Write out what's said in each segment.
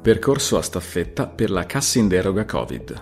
Percorso a staffetta per la cassa in deroga Covid.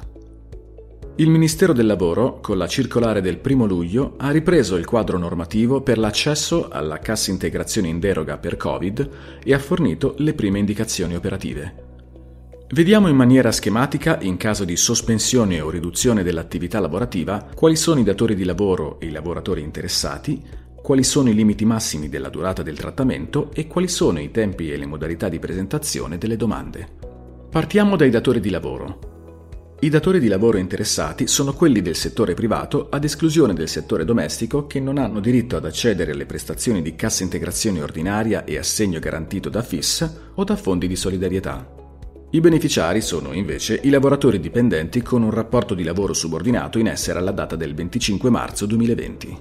Il Ministero del Lavoro, con la circolare del 1 luglio, ha ripreso il quadro normativo per l'accesso alla cassa integrazione in deroga per Covid e ha fornito le prime indicazioni operative. Vediamo in maniera schematica, in caso di sospensione o riduzione dell'attività lavorativa, quali sono i datori di lavoro e i lavoratori interessati, quali sono i limiti massimi della durata del trattamento e quali sono i tempi e le modalità di presentazione delle domande. Partiamo dai datori di lavoro. I datori di lavoro interessati sono quelli del settore privato, ad esclusione del settore domestico, che non hanno diritto ad accedere alle prestazioni di cassa integrazione ordinaria e assegno garantito da FIS o da fondi di solidarietà. I beneficiari sono invece i lavoratori dipendenti con un rapporto di lavoro subordinato in essere alla data del 25 marzo 2020.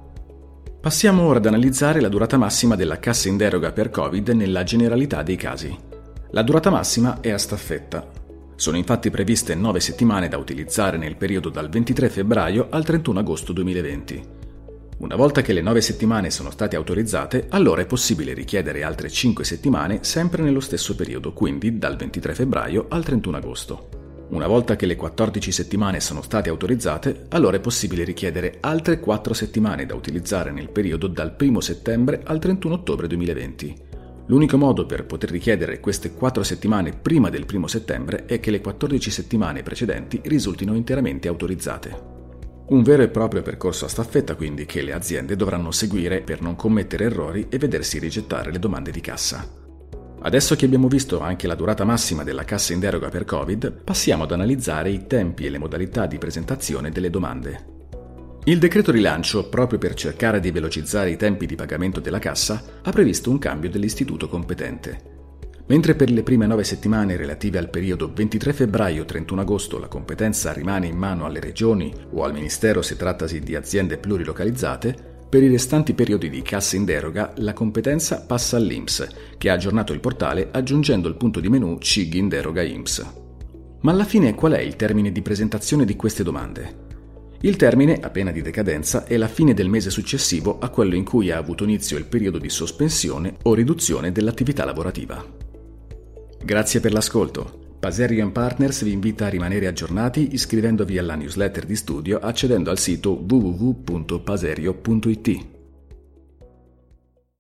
Passiamo ora ad analizzare la durata massima della cassa in deroga per Covid nella generalità dei casi. La durata massima è a staffetta. Sono infatti previste 9 settimane da utilizzare nel periodo dal 23 febbraio al 31 agosto 2020. Una volta che le 9 settimane sono state autorizzate, allora è possibile richiedere altre 5 settimane sempre nello stesso periodo, quindi dal 23 febbraio al 31 agosto. Una volta che le 14 settimane sono state autorizzate, allora è possibile richiedere altre 4 settimane da utilizzare nel periodo dal 1 settembre al 31 ottobre 2020. L'unico modo per poter richiedere queste 4 settimane prima del 1 settembre è che le 14 settimane precedenti risultino interamente autorizzate. Un vero e proprio percorso a staffetta, quindi, che le aziende dovranno seguire per non commettere errori e vedersi rigettare le domande di cassa. Adesso che abbiamo visto anche la durata massima della cassa in deroga per Covid, passiamo ad analizzare i tempi e le modalità di presentazione delle domande. Il decreto rilancio, proprio per cercare di velocizzare i tempi di pagamento della cassa, ha previsto un cambio dell'istituto competente. Mentre per le prime 9 settimane relative al periodo 23 febbraio-31 agosto la competenza rimane in mano alle regioni o al Ministero se trattasi di aziende plurilocalizzate, per i restanti periodi di cassa in deroga la competenza passa all'INPS, che ha aggiornato il portale aggiungendo il punto di menu CIG in deroga INPS. Ma alla fine qual è il termine di presentazione di queste domande? Il termine, a pena di decadenza, è la fine del mese successivo a quello in cui ha avuto inizio il periodo di sospensione o riduzione dell'attività lavorativa. Grazie per l'ascolto. Paserio & Partners vi invita a rimanere aggiornati iscrivendovi alla newsletter di studio accedendo al sito www.paserio.it.